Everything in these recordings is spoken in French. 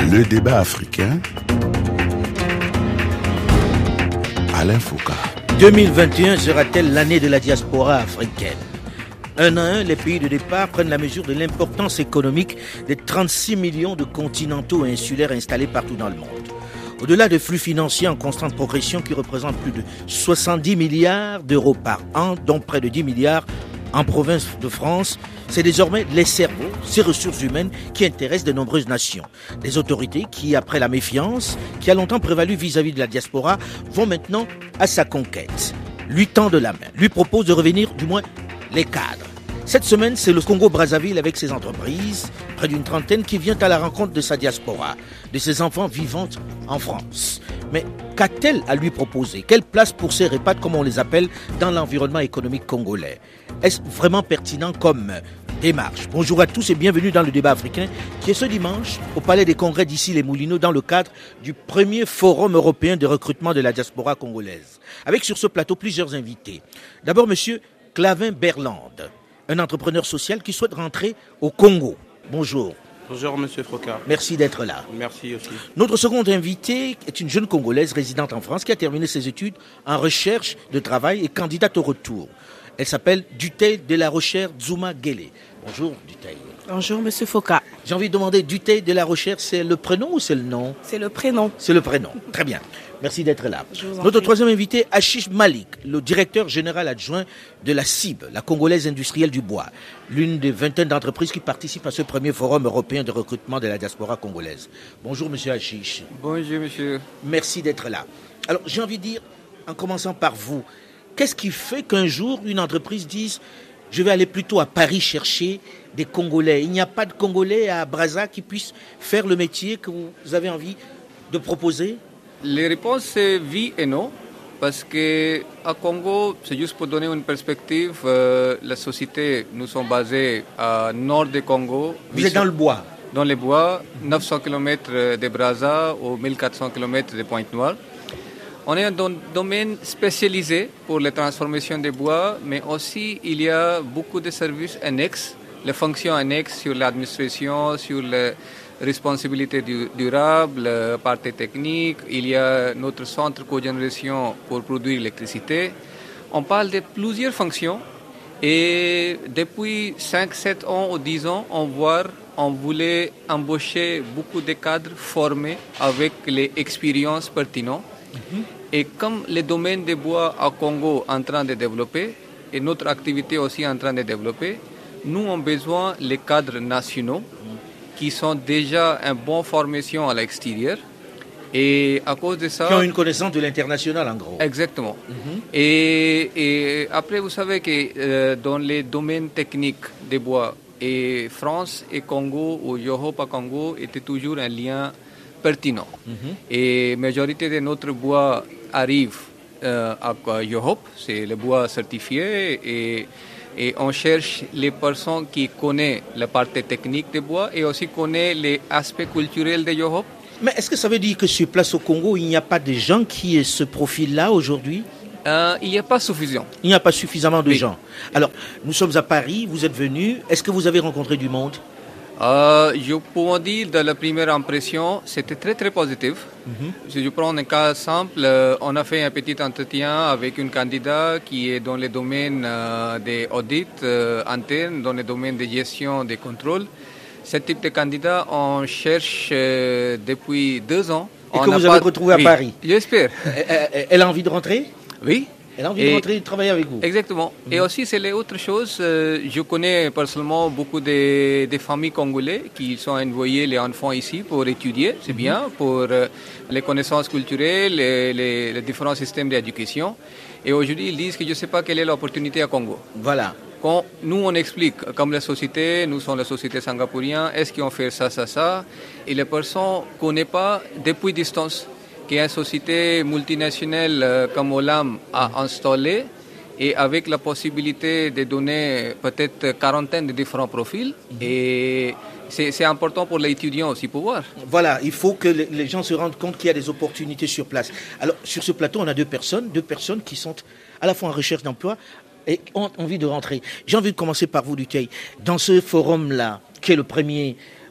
Le débat africain. Alain Foucault. 2021 sera-t-elle l'année de la diaspora africaine ? Un à un, les pays de départ prennent la mesure de l'importance économique des 36 millions de continentaux et insulaires installés partout dans le monde. Au-delà de flux financiers en constante progression qui représentent plus de 70 milliards d'euros par an, dont près de 10 milliards en province de France, c'est désormais les cerveaux, ces ressources humaines qui intéressent de nombreuses nations. Les autorités qui, après la méfiance qui a longtemps prévalu vis-à-vis de la diaspora, vont maintenant à sa conquête. Lui tendent la main, lui proposent de revenir, du moins les cadres. Cette semaine, c'est le Congo-Brazzaville avec ses entreprises, près d'une trentaine, qui vient à la rencontre de sa diaspora, de ses enfants vivant en France. Mais qu'a-t-elle à lui proposer ? Quelle place pour ces REPAD, comme on les appelle, dans l'environnement économique congolais ? Est-ce vraiment pertinent comme démarche ? Bonjour à tous et bienvenue dans le débat africain qui est ce dimanche au Palais des Congrès d'Issy-les-Moulineaux dans le cadre du premier forum européen de recrutement de la diaspora congolaise. Avec sur ce plateau plusieurs invités. D'abord, monsieur Clavin Berlande, un entrepreneur social qui souhaite rentrer au Congo. Bonjour. Bonjour Monsieur Foucault. Merci d'être là. Merci aussi. Notre seconde invitée est une jeune Congolaise résidente en France qui a terminé ses études en recherche de travail et candidate au retour. Elle s'appelle Dutheil de la Rochère Zouma Guélé. Bonjour Dutheil. Bonjour Monsieur Foucault. J'ai envie de demander, Dutheil de la Rochère, c'est le prénom ou c'est le nom ? C'est le prénom. C'est le prénom. Très bien. Merci d'être là. Notre troisième invité, Ashish Malik, le directeur général adjoint de la CIB, la Congolaise industrielle du bois, l'une des vingtaines d'entreprises qui participent à ce premier forum européen de recrutement de la diaspora congolaise. Bonjour Monsieur Ashish. Bonjour Monsieur. Merci d'être là. Alors j'ai envie de dire, en commençant par vous, qu'est-ce qui fait qu'un jour une entreprise dise « je vais aller plutôt à Paris chercher des Congolais ». Il n'y a pas de Congolais à Brazza qui puissent faire le métier que vous avez envie de proposer ? Les réponses c'est oui et non, parce que à Congo, c'est juste pour donner une perspective, la société, nous sommes basés à nord du Congo. Vous êtes dans le bois ? Dans les bois, 900 km de Brazza ou 1400 km de Pointe-Noire. On est dans un domaine spécialisé pour les transformations des bois, mais aussi il y a beaucoup de services annexes, les fonctions annexes sur l'administration, sur les responsabilité durable, partie technique, il y a notre centre de cogénération pour produire l'électricité. On parle de plusieurs fonctions et depuis 5, 7 ans ou 10 ans, on voulait embaucher beaucoup de cadres formés avec les expériences pertinentes. Et comme le domaine des bois à Congo est en train de développer et notre activité aussi est en train de développer, nous avons besoin des cadres nationaux qui sont déjà en bonne formation à l'extérieur. Et à cause de ça... Qui ont une connaissance de l'international, en gros. Exactement. Et après, vous savez que dans les domaines techniques des bois, et France et Congo, ou Europe à Congo, était toujours un lien pertinent. Et la majorité de notre bois arrive à Europe, c'est le bois certifié, et on cherche les personnes qui connaissent la partie technique des bois et aussi connaissent les aspects culturels de l'Europe. Mais est-ce que ça veut dire que sur place au Congo, il n'y a pas de gens qui aient ce profil-là aujourd'hui ? Il n'y a pas suffisant. Il n'y a pas suffisamment de gens. Alors, nous sommes à Paris, vous êtes venus. Est-ce que vous avez rencontré du monde ? Je peux dire, de la première impression, c'était très très positif. Si je prends un cas simple, on a fait un petit entretien avec une candidate qui est dans le domaine des audits internes, dans le domaine de gestion des contrôles. Ce type de candidat, on cherche depuis 2 ans. Et que vous avez retrouvé à Paris. J'espère. Elle a envie de rentrer ? Oui. Elle a envie de rentrer et de travailler avec vous. Exactement. Et aussi, c'est l'autre chose, je connais personnellement beaucoup de familles congolaises qui sont envoyées les enfants ici pour étudier, c'est bien, pour les connaissances culturelles, les différents systèmes d'éducation. Et aujourd'hui, ils disent que je ne sais pas quelle est l'opportunité à Congo. Voilà. Quand nous, on explique, comme la société, nous sommes la société singapourienne, est-ce qu'on fait ça, ça, ça, et les personnes ne connaissent pas depuis distance qu'une société multinationale comme Olam a installé et avec la possibilité de donner peut-être quarantaine de différents profils. Et c'est important pour les étudiants aussi pour voir. Voilà, il faut que les gens se rendent compte qu'il y a des opportunités sur place. Alors, sur ce plateau, on a deux personnes qui sont à la fois en recherche d'emploi et ont envie de rentrer. J'ai envie de commencer par vous, Dutheil. Dans ce forum-là, qui est le premier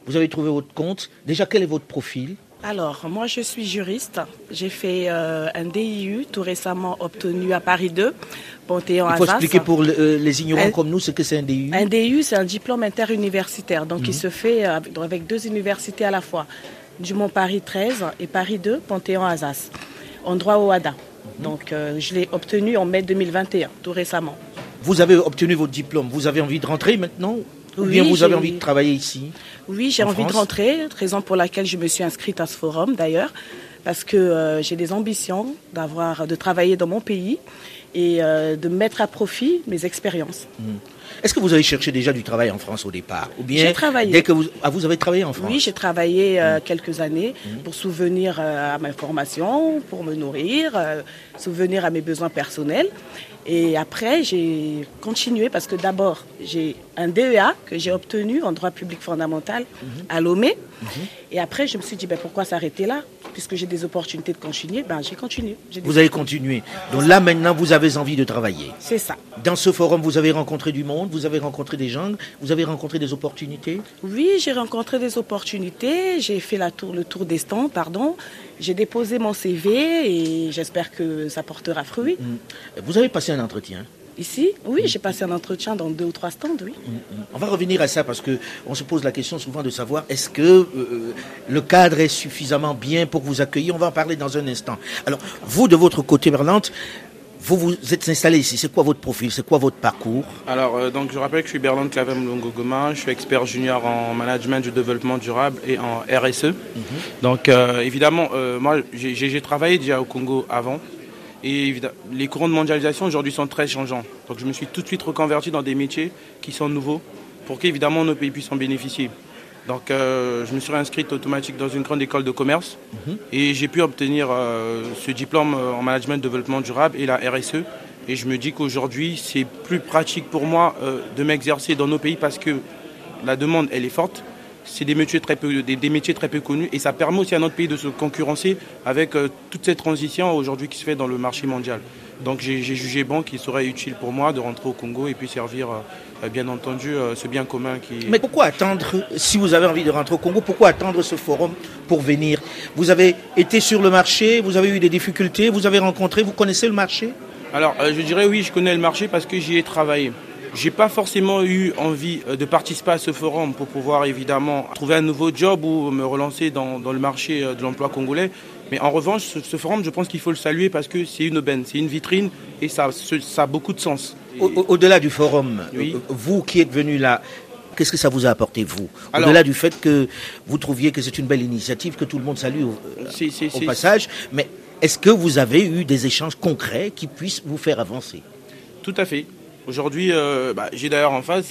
vous avez trouvé votre compte. Déjà, quel est votre profil ? Alors, moi, je suis juriste. J'ai fait un DIU tout récemment obtenu à Paris 2, Panthéon-Assas. Il faut expliquer pour les ignorants comme nous ce que c'est un DIU. Un DIU, c'est un diplôme interuniversitaire. Donc, il se fait avec 2 universités à la fois. Dumont Paris 13 et Paris 2, Panthéon-Assas, en droit au HADA. Donc, je l'ai obtenu en mai 2021, tout récemment. Vous avez obtenu votre diplôme. Vous avez envie de rentrer maintenant ? Ou bien vous avez envie de travailler ici ? Oui, j'ai envie de rentrer, raison pour laquelle je me suis inscrite à ce forum d'ailleurs, parce que j'ai des ambitions de travailler dans mon pays et de mettre à profit mes expériences. Est-ce que vous avez cherché déjà du travail en France au départ ? Ou bien j'ai travaillé. Dès que vous avez travaillé en France ? Oui, j'ai travaillé quelques années pour souvenir à ma formation, pour me nourrir, souvenir à mes besoins personnels. Et après, j'ai continué parce que d'abord, j'ai un DEA que j'ai obtenu en droit public fondamental à Lomé. Et après, je me suis dit, pourquoi s'arrêter là ? Puisque j'ai des opportunités de continuer, j'ai continué. Vous avez continué. Donc là, maintenant, vous avez envie de travailler. C'est ça. Dans ce forum, vous avez rencontré du monde, vous avez rencontré des gens, vous avez rencontré des opportunités ? Oui, j'ai rencontré des opportunités. J'ai fait le tour des stands, J'ai déposé mon CV et j'espère que ça portera fruit. Vous avez passé un entretien ? Ici, oui, j'ai passé un entretien dans 2 ou 3 stands, oui. On va revenir à ça parce qu'on se pose la question souvent de savoir est-ce que le cadre est suffisamment bien pour vous accueillir. On va en parler dans un instant. Alors, vous, de votre côté, Berlante, vous êtes installé ici. C'est quoi votre profil ? C'est quoi votre parcours ? Alors, donc, je rappelle que je suis Berlante Clavem Longogoma. Je suis expert junior en management du développement durable et en RSE. Donc, évidemment, moi, j'ai travaillé déjà au Congo avant. Et les courants de mondialisation aujourd'hui sont très changeants. Donc, je me suis tout de suite reconverti dans des métiers qui sont nouveaux pour qu'évidemment nos pays puissent en bénéficier. Donc, je me suis réinscrite automatique dans une grande école de commerce et j'ai pu obtenir ce diplôme en management de développement durable et la RSE. Et je me dis qu'aujourd'hui, c'est plus pratique pour moi de m'exercer dans nos pays parce que la demande, elle est forte. C'est des métiers très peu connus et ça permet aussi à notre pays de se concurrencer avec toute cette transition aujourd'hui qui se fait dans le marché mondial. Donc j'ai jugé bon qu'il serait utile pour moi de rentrer au Congo et puis servir bien entendu ce bien commun qui... Mais pourquoi attendre, si vous avez envie de rentrer au Congo, pourquoi attendre ce forum pour venir ? Vous avez été sur le marché, vous avez eu des difficultés, vous avez rencontré, vous connaissez le marché ? Alors je dirais oui, je connais le marché parce que j'y ai travaillé. J'ai pas forcément eu envie de participer à ce forum pour pouvoir évidemment trouver un nouveau job ou me relancer dans le marché de l'emploi congolais. Mais en revanche, ce forum, je pense qu'il faut le saluer parce que c'est une aubaine, c'est une vitrine et ça a beaucoup de sens. Au-delà du forum, oui. Vous qui êtes venu là, qu'est-ce que ça vous a apporté, vous ? Au-delà du fait que vous trouviez que c'est une belle initiative, que tout le monde salue au passage, mais est-ce que vous avez eu des échanges concrets qui puissent vous faire avancer ? Tout à fait. Aujourd'hui, j'ai d'ailleurs en face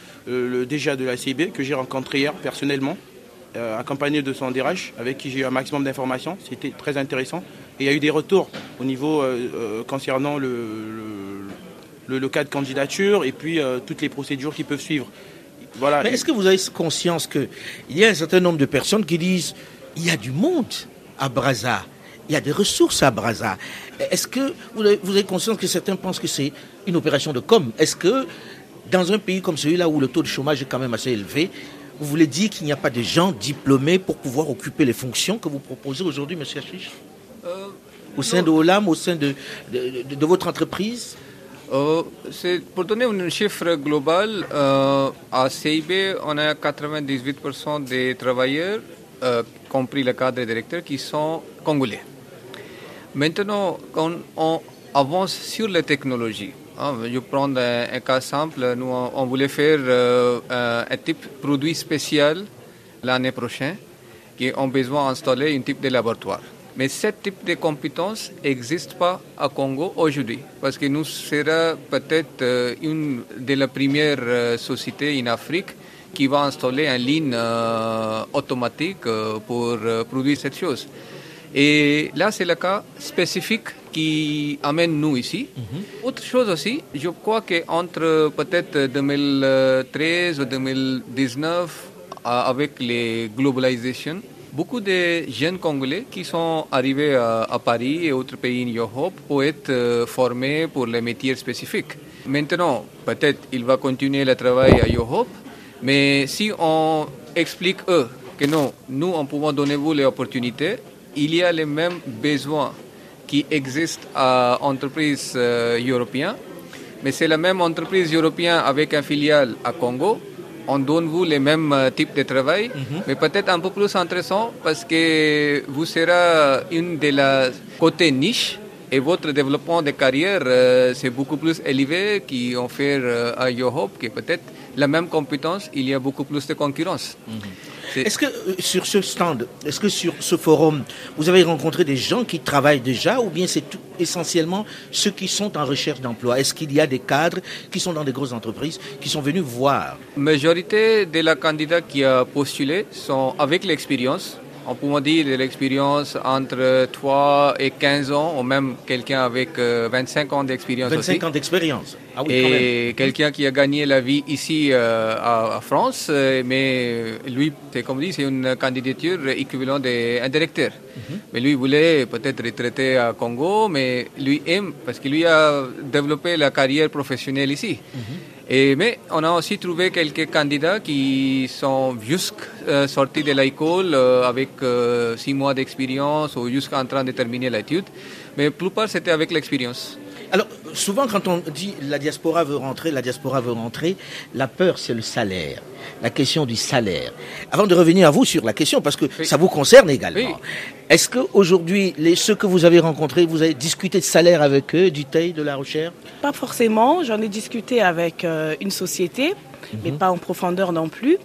le DGA de la CIB que j'ai rencontré hier personnellement, accompagné de son DRH avec qui j'ai eu un maximum d'informations. C'était très intéressant. Et il y a eu des retours au niveau concernant le cas de candidature et puis toutes les procédures qui peuvent suivre. Voilà. Mais est-ce que vous avez conscience qu'il y a un certain nombre de personnes qui disent il y a du monde à Brazza, il y a des ressources à Brazza. Est-ce que vous avez conscience que certains pensent que c'est une opération de com'? Est-ce que dans un pays comme celui-là où le taux de chômage est quand même assez élevé, vous voulez dire qu'il n'y a pas de gens diplômés pour pouvoir occuper les fonctions que vous proposez aujourd'hui, M. Achiche? Au sein de Olam, au sein de votre entreprise? C'est pour donner un chiffre global, à CIB, on a 98% des travailleurs, compris le cadre directeur, qui sont congolais. Maintenant, quand on avance sur les technologies, je prends un cas simple, nous on voulait faire un type de produit spécial l'année prochaine qui ont besoin d'installer un type de laboratoire. Mais ce type de compétences n'existe pas au Congo aujourd'hui, parce que nous serons peut-être une des premières sociétés en Afrique qui va installer une ligne automatique pour produire cette chose. Et là, c'est le cas spécifique qui amène nous ici. Autre chose aussi, je crois qu'entre peut-être 2013 ou 2019, avec les globalisations, beaucoup de jeunes Congolais qui sont arrivés à Paris et autres pays en Europe pour être formés pour les métiers spécifiques. Maintenant, peut-être il va continuer le travail à Europe, Mais si on explique eux que non, nous, on pouvons donner vous les opportunités, il y a les mêmes besoins qui existent à entreprises européennes, mais c'est la même entreprise européenne avec un filiale à Congo. On donne vous les mêmes types de travail, mais peut-être un peu plus intéressant parce que vous serez une de la côté niche et votre développement de carrière c'est beaucoup plus élevé qu'on fait à Europe, que peut-être la même compétence, il y a beaucoup plus de concurrence. Est-ce que sur ce stand, est-ce que sur ce forum, vous avez rencontré des gens qui travaillent déjà ou bien c'est essentiellement ceux qui sont en recherche d'emploi? Est-ce qu'il y a des cadres qui sont dans des grosses entreprises qui sont venus voir? La majorité des candidats qui ont postulé sont avec l'expérience. On peut dire de l'expérience entre 3 et 15 ans, ou même quelqu'un avec 25 ans d'expérience 25 aussi. ans d'expérience. Ah oui, Et quelqu'un qui a gagné la vie ici à France, mais lui, c'est comme dit, c'est une candidature équivalente d'un directeur. Mais lui voulait peut-être retraiter à Congo, mais lui aime, parce que lui a développé la carrière professionnelle ici. Mais on a aussi trouvé quelques candidats qui sont juste sortis de l'école avec 6 mois d'expérience ou juste en train de terminer l'étude. Mais la plupart, c'était avec l'expérience. Alors, souvent quand on dit la diaspora veut rentrer, la peur c'est le salaire, la question du salaire. Avant de revenir à vous sur la question, parce que ça vous concerne également, est-ce qu'aujourd'hui, ceux que vous avez rencontrés, vous avez discuté de salaire avec eux, du TEI, de la recherche? Pas forcément, j'en ai discuté avec une société, mais pas en profondeur non plus.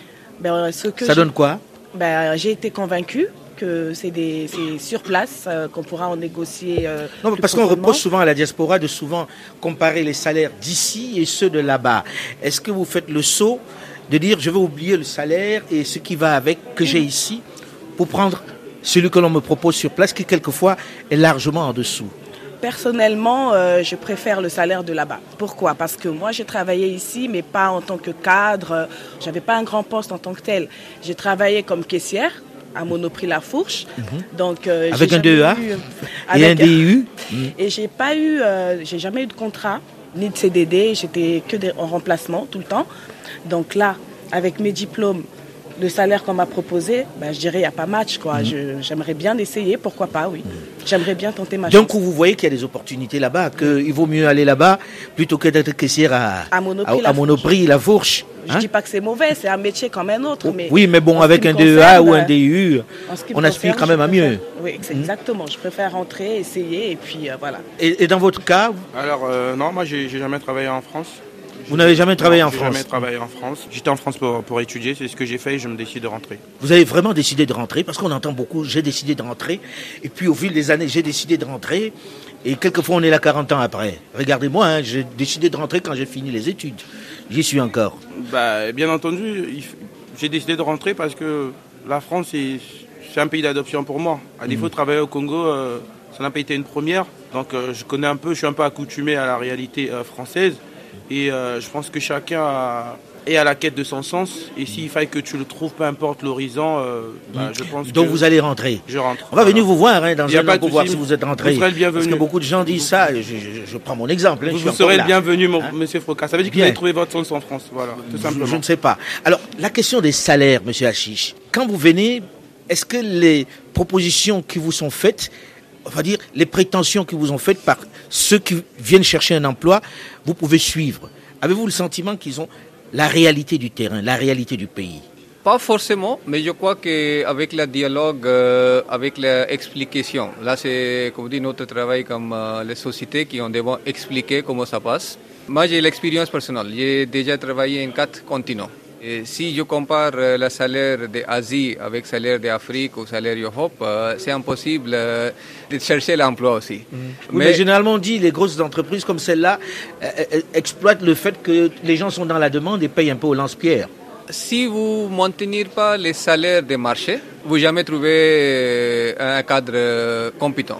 Ça donne quoi? J'ai été convaincue que c'est sur place qu'on pourra en négocier. Non, parce qu'on reproche souvent à la diaspora de souvent comparer les salaires d'ici et ceux de là-bas. Est-ce que vous faites le saut de dire je vais oublier le salaire et ce qui va avec que j'ai ici pour prendre celui que l'on me propose sur place qui quelquefois est largement en dessous? Personnellement, je préfère le salaire de là-bas. Pourquoi? Parce que moi, j'ai travaillé ici, mais pas en tant que cadre. J'avais pas un grand poste en tant que tel. J'ai travaillé comme caissière à Monoprix La Fourche. Donc, avec un DEA et un DIU. Et j'ai jamais eu de contrat, ni de CDD. J'étais que en remplacement tout le temps. Donc là, avec mes diplômes, le salaire qu'on m'a proposé, je dirais il n'y a pas match, quoi. J'aimerais bien essayer, pourquoi pas, oui. J'aimerais bien tenter ma chance. Donc vous voyez qu'il y a des opportunités là-bas, qu'il vaut mieux aller là-bas plutôt que d'être caissière à Monoprix La Fourche. Je ne dis pas que c'est mauvais, c'est un métier comme un autre. Mais oui, mais bon, avec un DEA ou un DU, on aspire quand même à mieux. Oui, exactement. Je préfère rentrer, essayer et puis voilà. Et dans votre cas? Alors, non, moi, j'ai jamais travaillé en France. Vous n'avez jamais travaillé en France? J'ai jamais travaillé en France. J'étais en France pour étudier, c'est ce que j'ai fait et je me décide de rentrer. Vous avez vraiment décidé de rentrer? Parce qu'on entend beaucoup, j'ai décidé de rentrer. Et puis au fil des années, j'ai décidé de rentrer. Et quelquefois, on est là 40 ans après. Regardez-moi, j'ai décidé de rentrer quand j'ai fini les études. J'y suis encore. Bien entendu, j'ai décidé de rentrer parce que la France, c'est un pays d'adoption pour moi. À défaut de travailler au Congo, ça n'a pas été une première. Donc je connais un peu, je suis un peu accoutumé à la réalité française. Et je pense que chacun est à la quête de son sens. Et s'il faille que tu le trouves, peu importe l'horizon, je pense donc vous allez rentrer? Je rentre. On va venir vous voir dans un an pour voir si vous êtes rentré. Vous serez le bienvenu. Parce que beaucoup de gens disent ça. Je prends mon exemple. Vous serez le bienvenu, monsieur Froca. Ça veut dire que vous allez trouver votre sens en France. Voilà, tout simplement. Je ne sais pas. Alors, la question des salaires, monsieur Achiche. Quand vous venez, est-ce que les propositions qui vous sont faites, on va dire les prétentions qui vous sont faites par ceux qui viennent chercher un emploi, vous pouvez suivre? Avez-vous le sentiment qu'ils ont la réalité du terrain, la réalité du pays? Pas forcément, mais je crois qu'avec le dialogue, avec l'explication, là c'est, comme dit, notre travail comme les sociétés qui ont devoir expliquer comment ça passe. Moi j'ai l'expérience personnelle, j'ai déjà travaillé en 4 continents. Et si je compare le salaire d'Asie avec le salaire d'Afrique ou le salaire d'Europe, c'est impossible de chercher l'emploi aussi. Mais généralement on dit les grosses entreprises comme celle-là exploitent le fait que les gens sont dans la demande et payent un peu au lance-pierre. Si vous ne maintenez pas les salaires des marchés, vous jamais trouver un cadre compétent.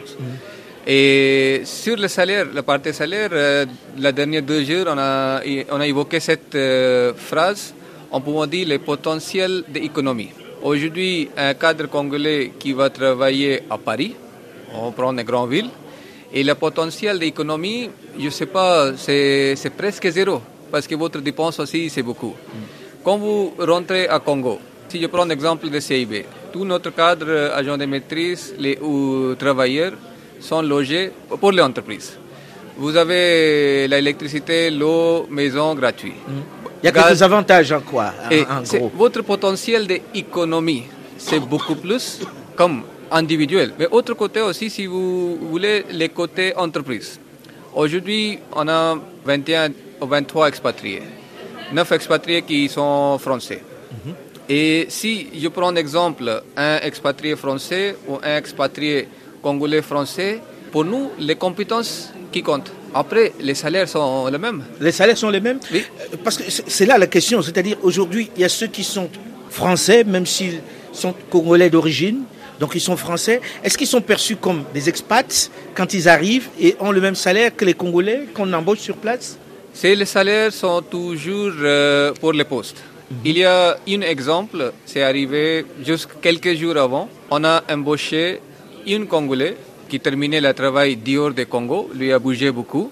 Et sur le salaire, la partie salaire, la dernière 2 jours, on a évoqué cette phrase. On peut dire le potentiel de l'économie. Aujourd'hui, un cadre congolais qui va travailler à Paris, on prend une grande ville, et le potentiel de l'économie, je ne sais pas, c'est presque zéro, parce que votre dépense aussi, c'est beaucoup. quand vous rentrez à Congo, si je prends l'exemple de CIB, tout notre cadre, agents de maîtrise, ou travailleurs sont logés pour les entreprises. Vous avez l'électricité, l'eau, maison gratuite. Il y a quelques avantages en quoi, en gros. Votre potentiel d'économie, c'est beaucoup plus comme individuel. Mais autre côté aussi, si vous voulez, les côtés entreprises. Aujourd'hui, on a 21 ou 23 expatriés. 9 expatriés qui sont français. Et si je prends un exemple, un expatrié français ou un expatrié congolais français, pour nous, les compétences qui comptent. Après, les salaires sont les mêmes. Les salaires sont les mêmes? Oui. Parce que c'est là la question. C'est-à-dire, aujourd'hui, il y a ceux qui sont français, même s'ils sont congolais d'origine, donc ils sont français. Est-ce qu'ils sont perçus comme des expats quand ils arrivent et ont le même salaire que les Congolais qu'on embauche sur place? Les salaires sont toujours pour les postes. Il y a un exemple, c'est arrivé juste quelques jours avant. On a embauché un Congolais qui terminait le travail dehors du Congo. Lui a bougé beaucoup.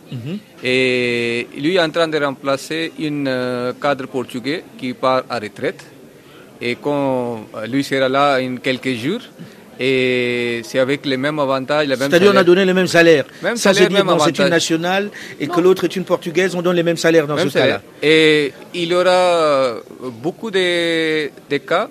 Et lui est en train de remplacer un cadre portugais qui part à retraite. Et quand lui sera là en quelques jours, et c'est avec les mêmes avantages, les mêmes. C'est-à-dire on a donné le même salaire. Même ça salaire, veut dire même c'est une nationale et que l'autre est une portugaise, on donne les mêmes salaires dans ce cas-là. Et il y aura beaucoup de cas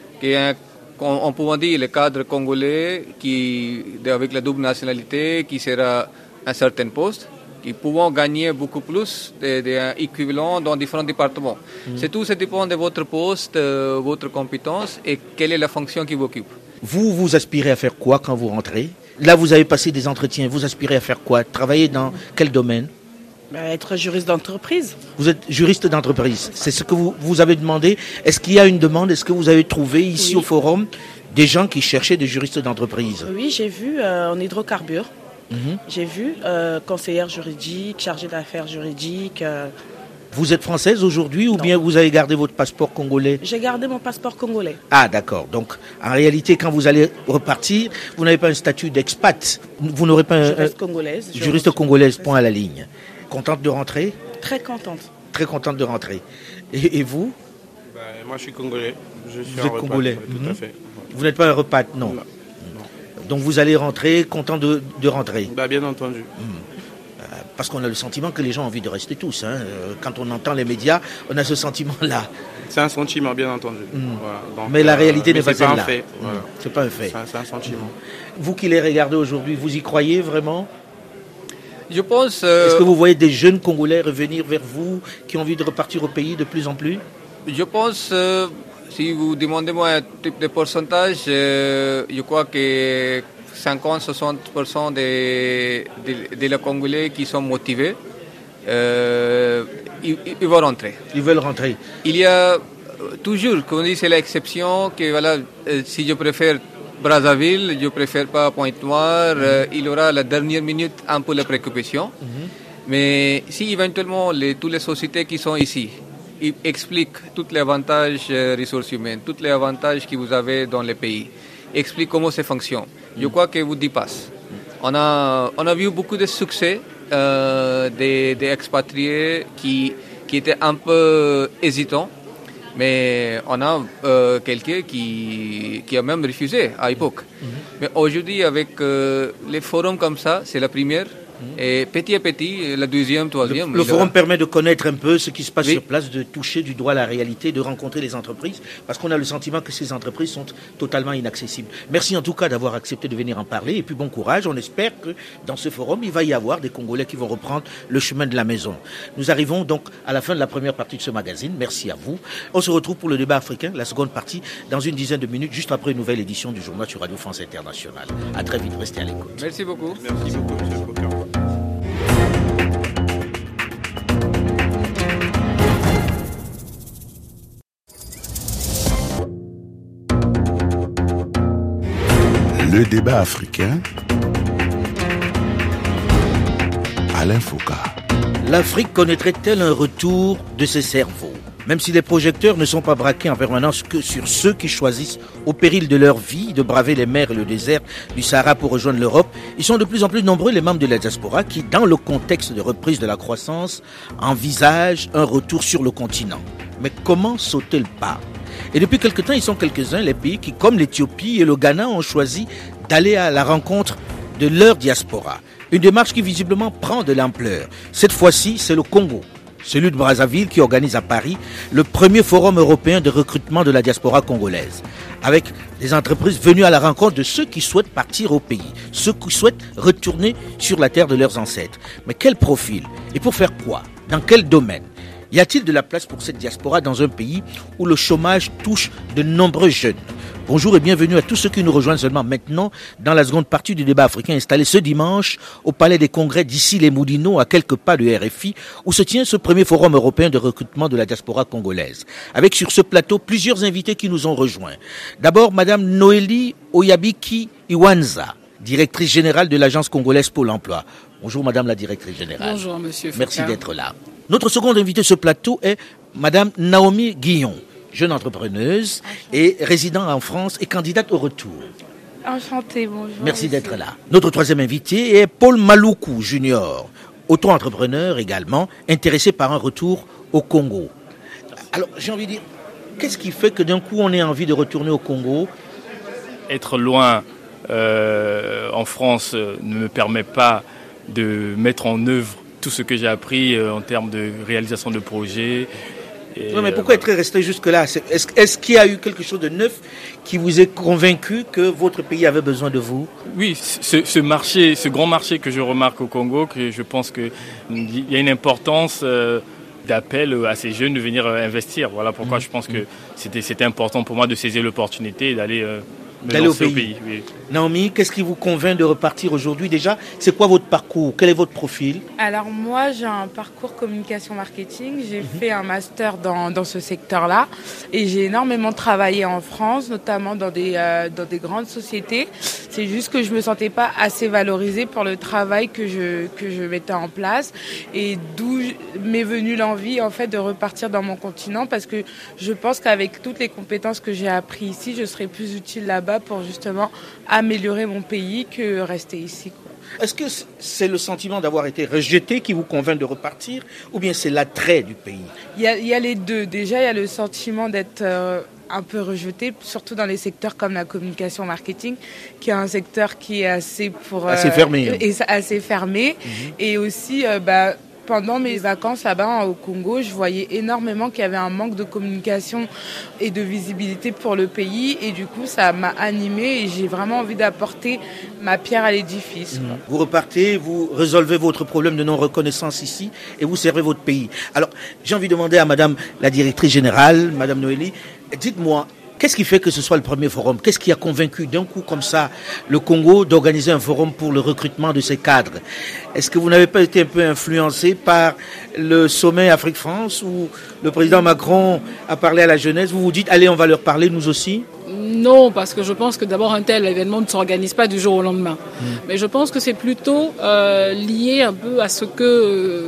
on peut dire le cadre congolais avec la double nationalité qui sera à un certain poste, qui pourront gagner beaucoup plus d'équivalents dans différents départements. C'est tout, ça dépend de votre poste, votre compétence et quelle est la fonction qui vous occupe. Vous aspirez à faire quoi quand vous rentrez? Là, vous avez passé des entretiens. Vous aspirez à faire quoi? Travailler dans quel domaine? Être juriste d'entreprise. Vous êtes juriste d'entreprise. C'est ce que vous avez demandé. Est-ce qu'il y a une demande? Est-ce que vous avez trouvé ici au forum des gens qui cherchaient des juristes d'entreprise? Oui, j'ai vu en hydrocarbures. J'ai vu conseillère juridique, chargée d'affaires juridiques. Vous êtes française aujourd'hui ou bien vous avez gardé votre passeport congolais? J'ai gardé mon passeport congolais. Ah d'accord. Donc en réalité, quand vous allez repartir, vous n'avez pas un statut d'expat. Vous n'aurez pas juriste congolaise. Juriste congolaise, point à la ligne. Contente de rentrer? Très contente. Très contente de rentrer. Et vous? Moi je suis congolais. Vous êtes congolais. Tout à fait. Vous n'êtes pas un repat, non. Donc vous allez rentrer, content de rentrer? Bien entendu. Parce qu'on a le sentiment que les gens ont envie de rester tous. Quand on entend les médias, on a ce sentiment-là. C'est un sentiment, bien entendu. Voilà. Donc, mais la réalité n'est pas celle-là. C'est pas un fait. Voilà. C'est pas un fait. C'est un sentiment. Vous qui les regardez aujourd'hui, vous y croyez vraiment? Je pense... Est-ce que vous voyez des jeunes Congolais revenir vers vous, qui ont envie de repartir au pays de plus en plus? Je pense, si vous demandez-moi un type de pourcentage, je crois que 50-60% des Congolais qui sont motivés, ils vont rentrer. Ils veulent rentrer. Il y a toujours, comme on dit, c'est l'exception que voilà, si je préfère Brazzaville, je préfère pas Pointe-Noire, il y aura la dernière minute un peu la préoccupation. Mais si éventuellement toutes les sociétés qui sont ici, ils expliquent tous les avantages ressources humaines, tous les avantages que vous avez dans le pays, expliquent comment ça fonctionne, je crois que vous dépasse. On a vu beaucoup de succès des expatriés qui étaient un peu hésitants, mais on a quelqu'un qui a même refusé à l'époque. Mais aujourd'hui, avec les forums comme ça, c'est la première. Et petit à petit, la deuxième, troisième. Le forum permet de connaître un peu ce qui se passe sur place, de toucher du doigt la réalité, de rencontrer les entreprises, parce qu'on a le sentiment que ces entreprises sont totalement inaccessibles. Merci en tout cas d'avoir accepté de venir en parler, et puis bon courage. On espère que dans ce forum, il va y avoir des Congolais qui vont reprendre le chemin de la maison. Nous arrivons donc à la fin de la première partie de ce magazine. Merci à vous. On se retrouve pour le débat africain, la seconde partie, dans une dizaine de minutes, juste après une nouvelle édition du journal sur Radio France Internationale. À très vite, restez à l'écoute. Merci beaucoup. Merci beaucoup, M. Foucault. Le débat africain, Alain Foucault. L'Afrique connaîtrait-elle un retour de ses cerveaux? Même si les projecteurs ne sont pas braqués en permanence que sur ceux qui choisissent, au péril de leur vie, de braver les mers et le désert du Sahara pour rejoindre l'Europe, ils sont de plus en plus nombreux les membres de la diaspora qui, dans le contexte de reprise de la croissance, envisagent un retour sur le continent. Mais comment sauter le pas ? Et depuis quelque temps, ils sont quelques-uns, les pays qui, comme l'Éthiopie et le Ghana, ont choisi d'aller à la rencontre de leur diaspora. Une démarche qui visiblement prend de l'ampleur. Cette fois-ci, c'est le Congo, celui de Brazzaville, qui organise à Paris le premier forum européen de recrutement de la diaspora congolaise, avec des entreprises venues à la rencontre de ceux qui souhaitent partir au pays, ceux qui souhaitent retourner sur la terre de leurs ancêtres. Mais quel profil ? Et pour faire quoi ? Dans quel domaine ? Y a-t-il de la place pour cette diaspora dans un pays où le chômage touche de nombreux jeunes ? Bonjour et bienvenue à tous ceux qui nous rejoignent seulement maintenant dans la seconde partie du débat africain installé ce dimanche au Palais des Congrès d'ici les Moulineaux à quelques pas de RFI où se tient ce premier forum européen de recrutement de la diaspora congolaise. Avec sur ce plateau plusieurs invités qui nous ont rejoints. D'abord, Madame Noélie Oyabiki Iwanza, directrice générale de l'Agence congolaise pour l'emploi. Bonjour Madame la directrice générale. Bonjour Monsieur Foucault. Merci d'être là. Notre seconde invitée de ce plateau est Madame Naomi Guillon, jeune entrepreneuse et résidant en France et candidate au retour. Enchantée, bonjour. Merci d'être là. Notre troisième invité est Paul Maluku Junior, auto-entrepreneur également, intéressé par un retour au Congo. Alors, j'ai envie de dire, qu'est-ce qui fait que d'un coup on ait envie de retourner au Congo ? Être loin en France ne me permet pas de mettre en œuvre tout ce que j'ai appris en termes de réalisation de projets. Oui, mais pourquoi être resté jusque-là ? Est-ce qu'il y a eu quelque chose de neuf qui vous ait convaincu que votre pays avait besoin de vous ? Oui, ce grand marché que je remarque au Congo, que je pense qu'il y a une importance d'appel à ces jeunes de venir investir. Voilà pourquoi je pense que c'était important pour moi de saisir l'opportunité et d'aller au pays. Oui. Naomi, qu'est-ce qui vous convainc de repartir aujourd'hui déjà ? C'est quoi votre parcours ? Quel est votre profil ? Alors moi, j'ai un parcours communication marketing. J'ai fait un master dans ce secteur-là et j'ai énormément travaillé en France, notamment dans des grandes sociétés. C'est juste que je me sentais pas assez valorisée pour le travail que je mettais en place et d'où m'est venue l'envie en fait de repartir dans mon continent parce que je pense qu'avec toutes les compétences que j'ai apprises ici, je serais plus utile là-bas pour justement améliorer mon pays que rester ici. Est-ce que c'est le sentiment d'avoir été rejeté qui vous convainc de repartir ou bien c'est l'attrait du pays ? Il y a les deux. Déjà, il y a le sentiment d'être un peu rejeté, surtout dans les secteurs comme la communication marketing, qui est un secteur qui est assez fermé. Assez fermé. Et aussi, pendant mes vacances là-bas au Congo, je voyais énormément qu'il y avait un manque de communication et de visibilité pour le pays. Et du coup, ça m'a animée et j'ai vraiment envie d'apporter ma pierre à l'édifice. Vous repartez, vous résolvez votre problème de non-reconnaissance ici et vous servez votre pays. Alors, j'ai envie de demander à Madame la directrice générale, Madame Noélie, dites-moi, qu'est-ce qui fait que ce soit le premier forum ? Qu'est-ce qui a convaincu d'un coup comme ça le Congo d'organiser un forum pour le recrutement de ses cadres ? Est-ce que vous n'avez pas été un peu influencé par le sommet Afrique-France où le président Macron a parlé à la jeunesse ? Vous vous dites, allez, on va leur parler nous aussi ? Non, parce que je pense que d'abord un tel événement ne s'organise pas du jour au lendemain. Mais je pense que c'est plutôt lié un peu à ce que...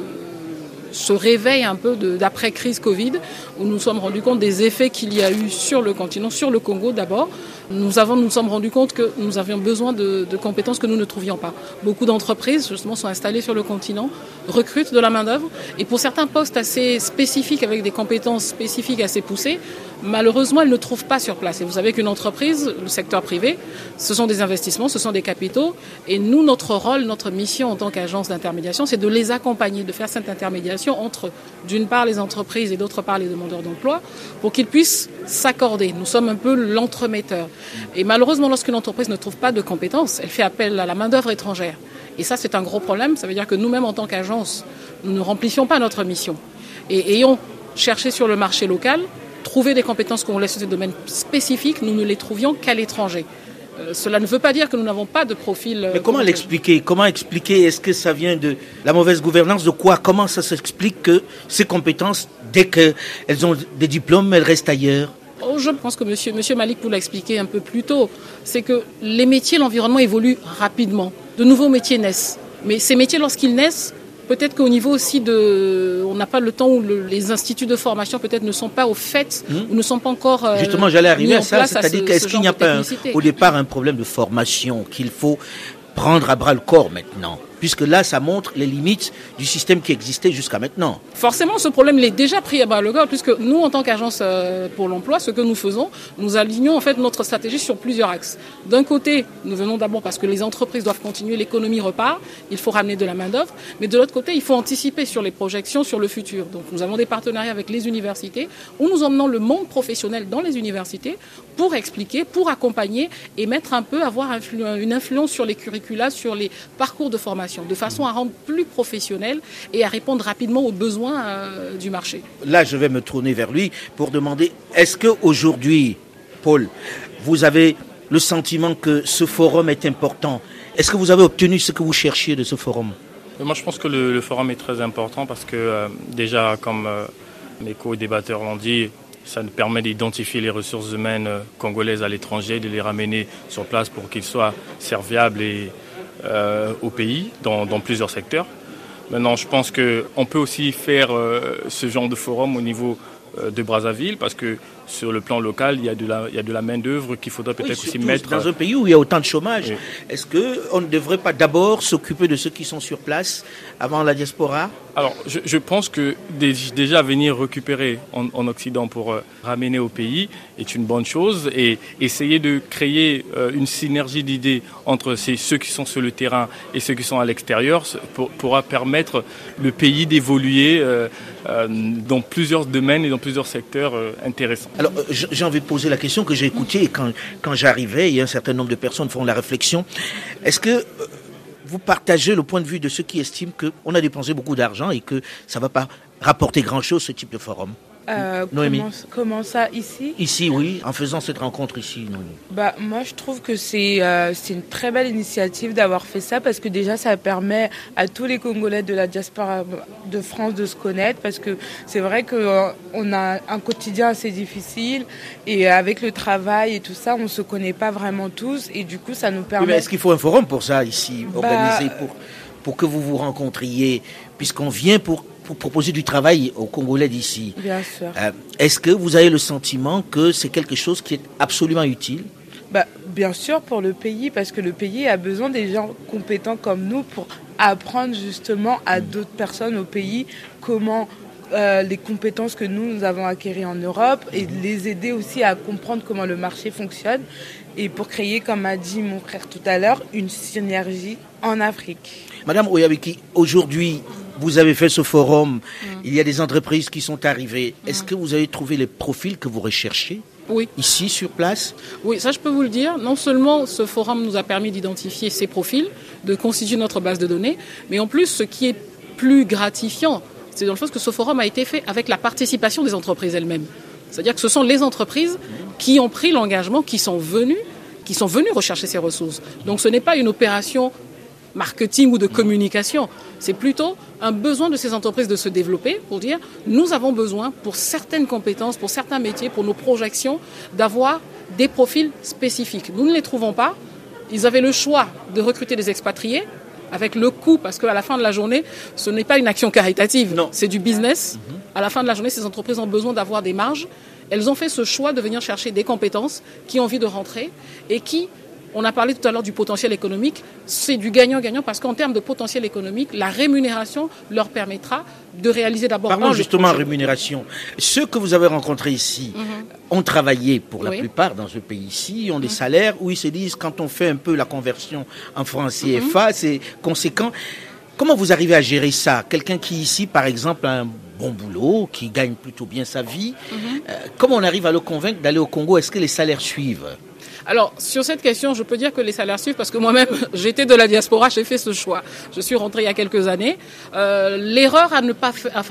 ce réveil un peu d'après-crise Covid, où nous nous sommes rendus compte des effets qu'il y a eu sur le continent, sur le Congo d'abord. Nous sommes rendus compte que nous avions besoin de compétences que nous ne trouvions pas. Beaucoup d'entreprises, justement, sont installées sur le continent, recrutent de la main-d'œuvre, et pour certains postes assez spécifiques, avec des compétences spécifiques assez poussées, malheureusement, elles ne trouvent pas sur place. Et vous savez qu'une entreprise, le secteur privé, ce sont des investissements, ce sont des capitaux, et nous, notre rôle, notre mission en tant qu'agence d'intermédiation, c'est de les accompagner, de faire cette intermédiation entre, d'une part, les entreprises et d'autre part, les demandeurs d'emploi, pour qu'ils puissent s'accorder. Nous sommes un peu l'entremetteur. Et malheureusement, lorsqu'une entreprise ne trouve pas de compétences, elle fait appel à la main-d'œuvre étrangère. Et ça, c'est un gros problème. Ça veut dire que nous-mêmes, en tant qu'agence, nous ne remplissions pas notre mission. Et ayons cherché sur le marché local, trouver des compétences qu'on laisse sur des domaines spécifiques, nous ne les trouvions qu'à l'étranger. Cela ne veut pas dire que nous n'avons pas de profil... Mais comment l'expliquer ? Comment expliquer ? Est-ce que ça vient de la mauvaise gouvernance ? De quoi ? Comment ça s'explique que ces compétences, dès qu'elles ont des diplômes, elles restent ailleurs ? Je pense que monsieur Malik vous l'a expliqué un peu plus tôt. C'est que les métiers, l'environnement évolue rapidement. De nouveaux métiers naissent. Mais ces métiers, lorsqu'ils naissent, Peut-être qu'au niveau aussi on n'a pas le temps où les instituts de formation peut-être ne sont pas au fait ou ne sont pas encore Justement, j'allais arriver à ça, c'est-à-dire qu'est-ce qu'il n'y a pas au départ un problème de formation qu'il faut prendre à bras le corps maintenant, puisque là, ça montre les limites du système qui existait jusqu'à maintenant. Forcément, ce problème, il est déjà pris à bras le corps, puisque nous, en tant qu'agence pour l'emploi, ce que nous faisons, nous alignons en fait notre stratégie sur plusieurs axes. D'un côté, nous venons d'abord parce que les entreprises doivent continuer, l'économie repart, il faut ramener de la main-d'œuvre, mais de l'autre côté, il faut anticiper sur les projections, sur le futur. Donc, nous avons des partenariats avec les universités, où nous emmenons le monde professionnel dans les universités pour expliquer, pour accompagner et avoir une influence sur les curricula, sur les parcours de formation, de façon à rendre plus professionnel et à répondre rapidement aux besoins du marché. Là, je vais me tourner vers lui pour demander, est-ce qu'aujourd'hui, Paul, vous avez le sentiment que ce forum est important? Est-ce que vous avez obtenu ce que vous cherchiez de ce forum? Moi, je pense que le forum est très important parce que déjà, comme mes co-débatteurs l'ont dit, ça nous permet d'identifier les ressources humaines congolaises à l'étranger, de les ramener sur place pour qu'ils soient serviables au pays dans plusieurs secteurs. Maintenant, je pense qu'on peut aussi faire ce genre de forum au niveau de Brazzaville parce que sur le plan local, il y a de la main-d'œuvre qu'il faudrait peut-être aussi mettre. Dans un pays où il y a autant de chômage, est-ce qu'on ne devrait pas d'abord s'occuper de ceux qui sont sur place avant la diaspora? Alors, je pense que déjà venir récupérer en Occident pour ramener au pays est une bonne chose et essayer de créer une synergie d'idées entre ceux qui sont sur le terrain et ceux qui sont à l'extérieur pourra permettre le pays d'évoluer dans plusieurs domaines et dans plusieurs secteurs intéressants. Alors, j'ai envie de poser la question que j'ai écoutée et quand j'arrivais, il y a un certain nombre de personnes font la réflexion. Est-ce que vous partagez le point de vue de ceux qui estiment qu'on a dépensé beaucoup d'argent et que ça ne va pas rapporter grand-chose, ce type de forum? Noémie. Comment ça, ici? Ici, oui, en faisant cette rencontre ici, Noémie. Moi, je trouve que c'est une très belle initiative d'avoir fait ça parce que déjà, ça permet à tous les Congolais de la diaspora de France de se connaître parce que c'est vrai qu'on a un quotidien assez difficile et avec le travail et tout ça, on ne se connaît pas vraiment tous et du coup, ça nous permet... Oui, mais est-ce qu'il faut un forum pour ça ici, organisé pour que vous vous rencontriez, puisqu'on vient pour proposer du travail aux Congolais d'ici? Bien sûr. Est-ce que vous avez le sentiment que c'est quelque chose qui est absolument utile? Bien sûr pour le pays, parce que le pays a besoin des gens compétents comme nous pour apprendre justement à d'autres personnes au pays comment les compétences que nous avons acquises en Europe et les aider aussi à comprendre comment le marché fonctionne et pour créer, comme a dit mon frère tout à l'heure, une synergie en Afrique. Madame Oyabiki, aujourd'hui, vous avez fait ce forum, il y a des entreprises qui sont arrivées. Est-ce que vous avez trouvé les profils que vous recherchez? Oui. Ici, sur place? Oui, ça je peux vous le dire. Non seulement ce forum nous a permis d'identifier ces profils, de constituer notre base de données, mais en plus, ce qui est plus gratifiant, c'est dans le fait que ce forum a été fait avec la participation des entreprises elles-mêmes. C'est-à-dire que ce sont les entreprises qui ont pris l'engagement, qui sont venues rechercher ces ressources. Donc ce n'est pas une opération marketing ou de communication. C'est plutôt un besoin de ces entreprises de se développer pour dire nous avons besoin pour certaines compétences, pour certains métiers, pour nos projections, d'avoir des profils spécifiques. Nous ne les trouvons pas. Ils avaient le choix de recruter des expatriés avec le coût, parce qu'à la fin de la journée, ce n'est pas une action caritative, non. C'est du business. À la fin de la journée, ces entreprises ont besoin d'avoir des marges. Elles ont fait ce choix de venir chercher des compétences qui ont envie de rentrer et qui, on a parlé tout à l'heure du potentiel économique, c'est du gagnant-gagnant parce qu'en termes de potentiel économique, la rémunération leur permettra de réaliser d'abord... Parlons justement rémunération. Ceux que vous avez rencontrés ici ont travaillé pour la plupart dans ce pays-ci, ont des salaires où ils se disent quand on fait un peu la conversion en francs CFA, c'est conséquent. Comment vous arrivez à gérer ça? Quelqu'un qui ici, par exemple, a un bon boulot, qui gagne plutôt bien sa vie, comment on arrive à le convaincre d'aller au Congo? Est-ce que les salaires suivent? Alors, sur cette question, je peux dire que les salaires suivent parce que moi-même, j'étais de la diaspora, j'ai fait ce choix. Je suis rentrée il y a quelques années. L'erreur à ne pas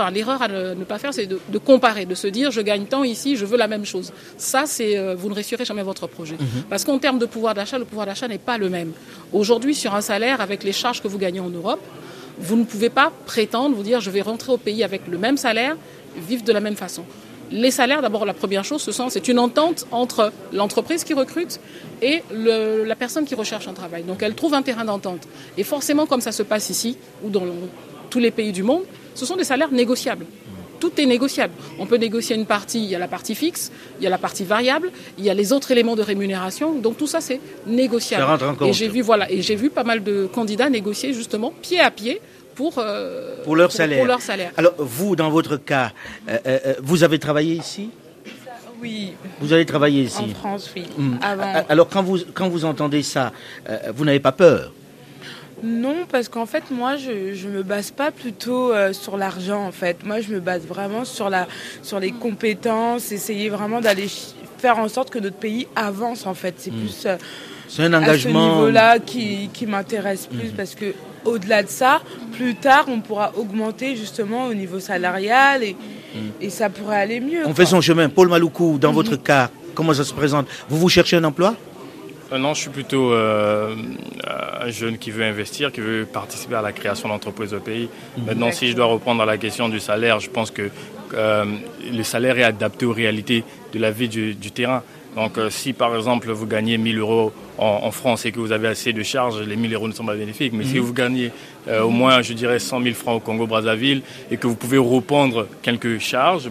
faire, c'est de comparer, de se dire, je gagne tant ici, je veux la même chose. Ça, vous ne réussirez jamais votre projet. Parce qu'en termes de pouvoir d'achat, le pouvoir d'achat n'est pas le même. Aujourd'hui, sur un salaire, avec les charges que vous gagnez en Europe, vous ne pouvez pas prétendre, vous dire, je vais rentrer au pays avec le même salaire, vivre de la même façon. Les salaires, d'abord, la première chose, c'est une entente entre l'entreprise qui recrute et la personne qui recherche un travail. Donc, elle trouve un terrain d'entente. Et forcément, comme ça se passe ici, ou dans tous les pays du monde, ce sont des salaires négociables. Tout est négociable. On peut négocier une partie, il y a la partie fixe, il y a la partie variable, il y a les autres éléments de rémunération. Donc tout ça, c'est négociable. Ça rentre en compte. Et j'ai vu pas mal de candidats négocier justement pied à pied pour leur salaire. Pour leur salaire. Alors vous, dans votre cas, vous avez travaillé ici ? Oui. Vous avez travaillé ici ? En France, oui. Avant. Alors quand vous entendez ça, vous n'avez pas peur ? Non, parce qu'en fait, moi, je me base pas plutôt sur l'argent, en fait. Moi, je me base vraiment sur les compétences, essayer vraiment d'aller faire en sorte que notre pays avance, en fait. C'est plus c'est un engagement à ce niveau-là qui m'intéresse plus, parce que au-delà de ça, plus tard, on pourra augmenter justement au niveau salarial et ça pourrait aller mieux. On fait son chemin. Paul Maluku, dans votre cas, comment ça se présente ? Vous cherchez un emploi ? Non, je suis plutôt un jeune qui veut investir, qui veut participer à la création d'entreprises au pays. Maintenant, si je dois reprendre la question du salaire, je pense que le salaire est adapté aux réalités de la vie du terrain. Donc, si par exemple vous gagnez 1 000 euros en France et que vous avez assez de charges, les 1 000 euros ne sont pas bénéfiques. Mais si vous gagnez au moins, je dirais, 100 000 francs au Congo-Brazzaville et que vous pouvez reprendre quelques charges,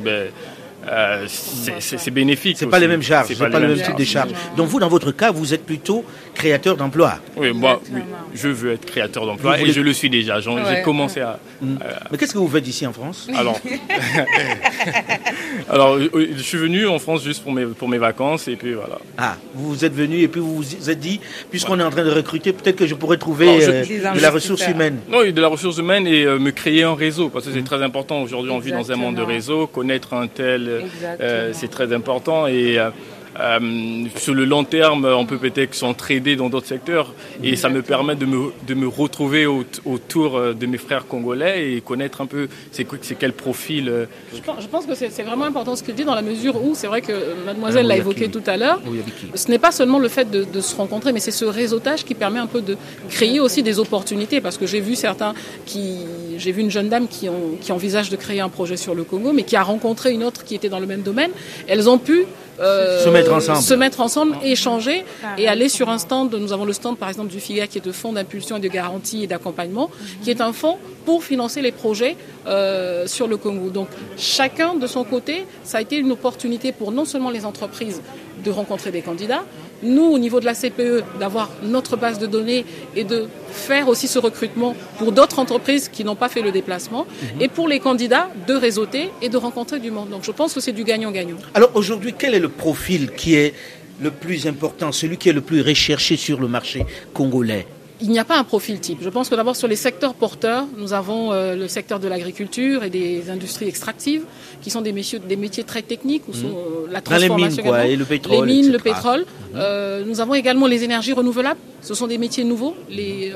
c'est bénéfique. C'est pas les mêmes charges, c'est pas le même type de charges. Donc vous, dans votre cas, vous êtes plutôt créateur d'emplois. Oui, moi, oui, je veux être créateur d'emplois et je le suis déjà. J'ai commencé à... Mais qu'est-ce que vous faites ici en France ? Alors, je suis venu en France juste pour mes vacances et puis voilà. Ah, vous êtes venu et puis vous vous êtes dit, puisqu'on est en train de recruter, peut-être que je pourrais trouver de la ressource humaine. Oui, de la ressource humaine et me créer un réseau, parce que c'est très important. Aujourd'hui, on vit dans un monde de réseau, connaître un tel... c'est très important et sur le long terme, on peut peut-être s'entraider dans d'autres secteurs et ça me permet de me retrouver autour de mes frères congolais et connaître un peu c'est quel profil. Je pense que c'est vraiment important ce qu'il dit dans la mesure où, c'est vrai que mademoiselle l'a évoqué tout à l'heure, ce n'est pas seulement le fait de se rencontrer, mais c'est ce réseautage qui permet un peu de créer aussi des opportunités, parce que j'ai vu une jeune dame qui envisage de créer un projet sur le Congo, mais qui a rencontré une autre qui était dans le même domaine. Elles ont pu se mettre ensemble, échanger et aller sur un stand. Nous avons le stand par exemple du FIGA qui est le fonds d'impulsion et de garantie et d'accompagnement, qui est un fonds pour financer les projets sur le Congo. Donc chacun de son côté, ça a été une opportunité pour non seulement les entreprises de rencontrer des candidats, nous au niveau de la CPE d'avoir notre base de données et de faire aussi ce recrutement pour d'autres entreprises qui n'ont pas fait le déplacement, et pour les candidats de réseauter et de rencontrer du monde. Donc je pense que c'est du gagnant-gagnant. Alors aujourd'hui, quel est le profil qui est le plus important, celui qui est le plus recherché sur le marché congolais ? Il n'y a pas un profil type. Je pense que d'abord sur les secteurs porteurs, nous avons le secteur de l'agriculture et des industries extractives, qui sont des métiers très techniques, où sont la transformation, les mines, et le pétrole, les mines, etc. le pétrole. Nous avons également les énergies renouvelables. Ce sont des métiers nouveaux, les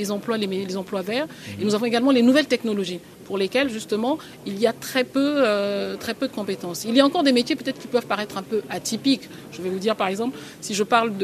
emplois verts. Et nous avons également les nouvelles technologies, pour lesquelles justement il y a très peu de compétences. Il y a encore des métiers peut-être qui peuvent paraître un peu atypiques. Je vais vous dire par exemple, si je parle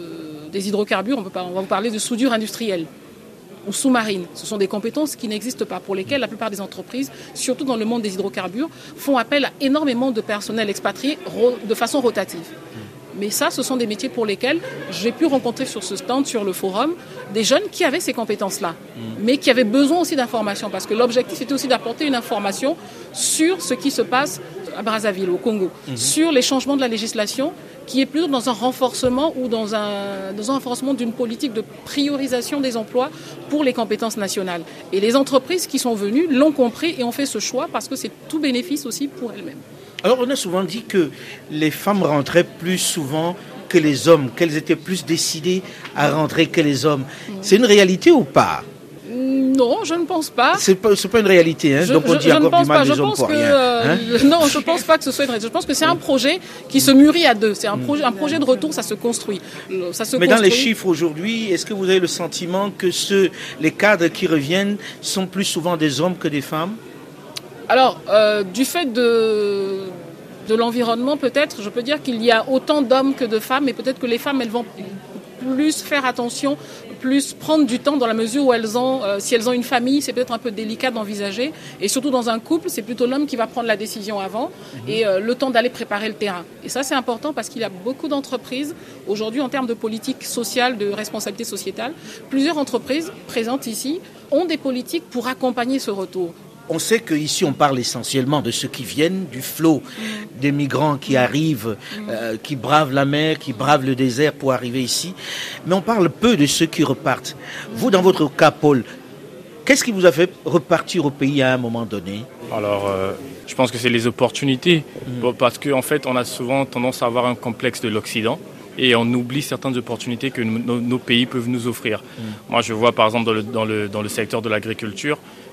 des hydrocarbures, on va vous parler de soudure industrielle ou sous-marine. Ce sont des compétences qui n'existent pas, pour lesquelles la plupart des entreprises, surtout dans le monde des hydrocarbures, font appel à énormément de personnel expatrié de façon rotative. Mais ça, ce sont des métiers pour lesquels j'ai pu rencontrer sur ce stand, sur le forum, des jeunes qui avaient ces compétences-là, mais qui avaient besoin aussi d'informations, parce que l'objectif était aussi d'apporter une information sur ce qui se passe à Brazzaville, au Congo, sur les changements de la législation, qui est plutôt dans un renforcement ou dans un renforcement d'une politique de priorisation des emplois pour les compétences nationales. Et les entreprises qui sont venues l'ont compris et ont fait ce choix parce que c'est tout bénéfice aussi pour elles-mêmes. Alors on a souvent dit que les femmes rentraient plus souvent que les hommes, qu'elles étaient plus décidées à rentrer que les hommes. C'est une réalité ou pas ? Non, je ne pense pas. C'est pas une réalité, hein. Donc on dit encore du mal des hommes pour rien. Non, je ne pense pas que ce soit une réalité. Je pense que c'est un projet qui se mûrit à deux. C'est un projet de retour, ça se construit. Mais dans les chiffres aujourd'hui, est-ce que vous avez le sentiment que les cadres qui reviennent sont plus souvent des hommes que des femmes ? Alors, du fait de l'environnement, peut-être, je peux dire qu'il y a autant d'hommes que de femmes, et peut-être que les femmes, elles vont plus faire attention, plus prendre du temps dans la mesure où si elles ont une famille, c'est peut-être un peu délicat d'envisager. Et surtout dans un couple, c'est plutôt l'homme qui va prendre la décision avant et le temps d'aller préparer le terrain. Et ça, c'est important parce qu'il y a beaucoup d'entreprises aujourd'hui en termes de politique sociale, de responsabilité sociétale. Plusieurs entreprises présentes ici ont des politiques pour accompagner ce retour. On sait qu'ici, on parle essentiellement de ceux qui viennent, du flot des migrants qui arrivent, qui bravent la mer, qui bravent le désert pour arriver ici. Mais on parle peu de ceux qui repartent. Vous, dans votre cas, Paul, qu'est-ce qui vous a fait repartir au pays à un moment donné ? Alors, je pense que c'est les opportunités. Parce qu'en fait, on a souvent tendance à avoir un complexe de l'Occident. Et on oublie certaines opportunités que nos pays peuvent nous offrir. Moi, je vois par exemple dans le secteur de l'agriculture,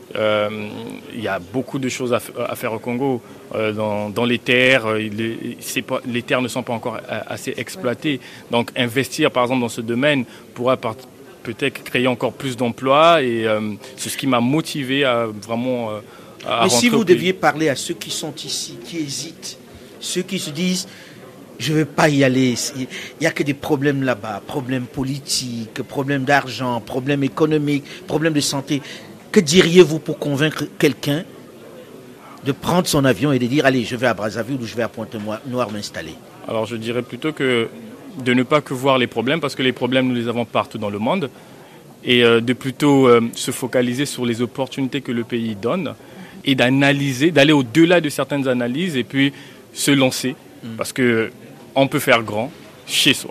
il y a beaucoup de choses à faire au Congo. Dans les terres, les terres ne sont pas encore assez exploitées. Donc investir par exemple dans ce domaine pourra peut-être créer encore plus d'emplois. Et c'est ce qui m'a motivé à vraiment à Mais si rentrer vous au pays. deviez parler à ceux qui sont ici, qui hésitent, ceux qui se disent je ne vais pas y aller, il n'y a que des problèmes là-bas, problèmes politiques, problèmes d'argent, problèmes économiques, problèmes de santé. Que diriez-vous pour convaincre quelqu'un de prendre son avion et de dire allez, je vais à Brazzaville ou je vais à Pointe-Noire m'installer ? Alors je dirais plutôt que de ne pas que voir les problèmes, parce que les problèmes nous les avons partout dans le monde, et de plutôt se focaliser sur les opportunités que le pays donne et d'analyser, d'aller au-delà de certaines analyses et puis se lancer, parce que on peut faire grand chez soi.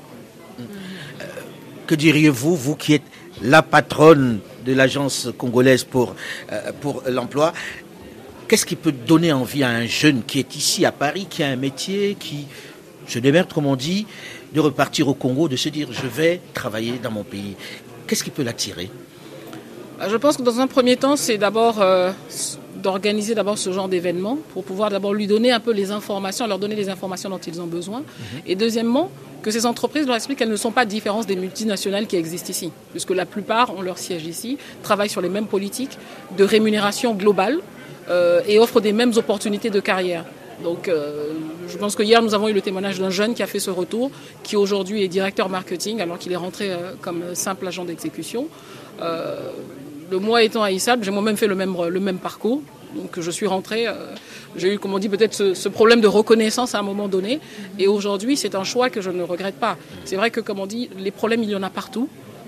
Que diriez-vous, vous qui êtes la patronne de l'agence congolaise pour l'emploi, qu'est-ce qui peut donner envie à un jeune qui est ici à Paris, qui a un métier, qui se démerde, comme on dit, de repartir au Congo, de se dire je vais travailler dans mon pays? Qu'est-ce qui peut l'attirer? Je pense que dans un premier temps, c'est d'abord d'organiser d'abord ce genre d'événement pour pouvoir d'abord lui donner un peu les informations, leur donner les informations dont ils ont besoin. Et deuxièmement, que ces entreprises leur expliquent qu'elles ne sont pas différentes des multinationales qui existent ici, puisque la plupart ont leur siège ici, travaillent sur les mêmes politiques de rémunération globale et offrent des mêmes opportunités de carrière. Donc je pense que hier nous avons eu le témoignage d'un jeune qui a fait ce retour, qui aujourd'hui est directeur marketing alors qu'il est rentré comme simple agent d'exécution. Le mois étant à Issal, j'ai moi-même fait le même parcours. Donc je suis rentrée, j'ai eu, comme on dit, peut-être ce problème de reconnaissance à un moment donné. Et aujourd'hui, c'est un choix que je ne regrette pas. C'est vrai que, comme on dit, les problèmes, il y en a partout.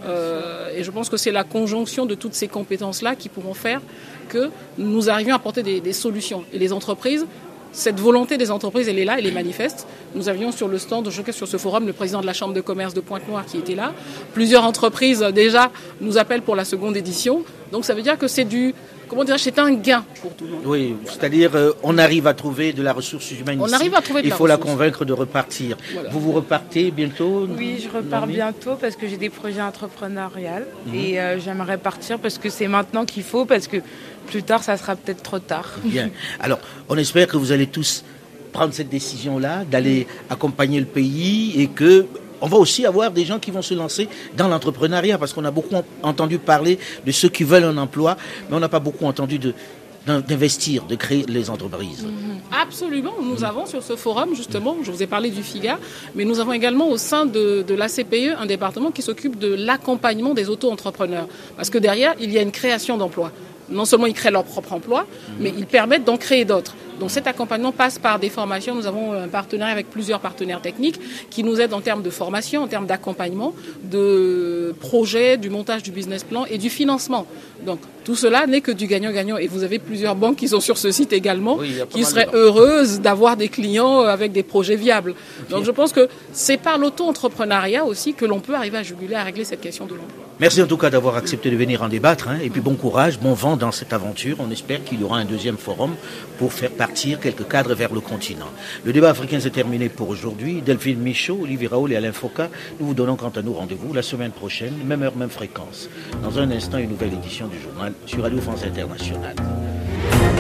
Et je pense que c'est la conjonction de toutes ces compétences-là qui pourront faire que nous arrivions à apporter des solutions. Et les entreprises, cette volonté des entreprises, elle est là, elle est manifeste. Nous avions sur le stand, sur ce forum, le président de la Chambre de commerce de Pointe-Noire qui était là. Plusieurs entreprises déjà nous appellent pour la seconde édition. Donc ça veut dire que c'est c'est un gain pour tout le monde. Oui, voilà. C'est-à-dire on arrive à trouver de la ressource humaine ici. Arrive à trouver de Il la faut ressource. La convaincre de repartir. Voilà. Vous repartez bientôt? Oui, je repars bientôt parce que j'ai des projets entrepreneuriaux et j'aimerais partir parce que c'est maintenant qu'il faut, parce que plus tard, ça sera peut-être trop tard. Bien. Alors, on espère que vous allez tous prendre cette décision-là, d'aller accompagner le pays et que on va aussi avoir des gens qui vont se lancer dans l'entrepreneuriat, parce qu'on a beaucoup entendu parler de ceux qui veulent un emploi, mais on n'a pas beaucoup entendu d'investir, de créer les entreprises. Absolument. Nous avons sur ce forum, justement, je vous ai parlé du FIGA, mais nous avons également au sein de l'ACPE un département qui s'occupe de l'accompagnement des auto-entrepreneurs. Parce que derrière, il y a une création d'emplois. Non seulement ils créent leur propre emploi, mais ils permettent d'en créer d'autres. Donc cet accompagnement passe par des formations. Nous avons un partenariat avec plusieurs partenaires techniques qui nous aident en termes de formation, en termes d'accompagnement, de projet, du montage du business plan et du financement. Donc tout cela n'est que du gagnant-gagnant. Et vous avez plusieurs banques qui sont sur ce site également, qui seraient heureuses d'avoir des clients avec des projets viables. Donc je pense que c'est par l'auto-entrepreneuriat aussi que l'on peut arriver à juguler, à régler cette question de l'emploi. Merci en tout cas d'avoir accepté de venir en débattre. Et puis bon courage, bon vent dans cette aventure. On espère qu'il y aura un deuxième forum pour faire partir quelques cadres vers le continent. Le débat africain s'est terminé pour aujourd'hui. Delphine Michaud, Olivier Raoul et Alain Foka, nous vous donnons quant à nous rendez-vous la semaine prochaine, même heure, même fréquence. Dans un instant, une nouvelle édition du journal sur Radio France Internationale.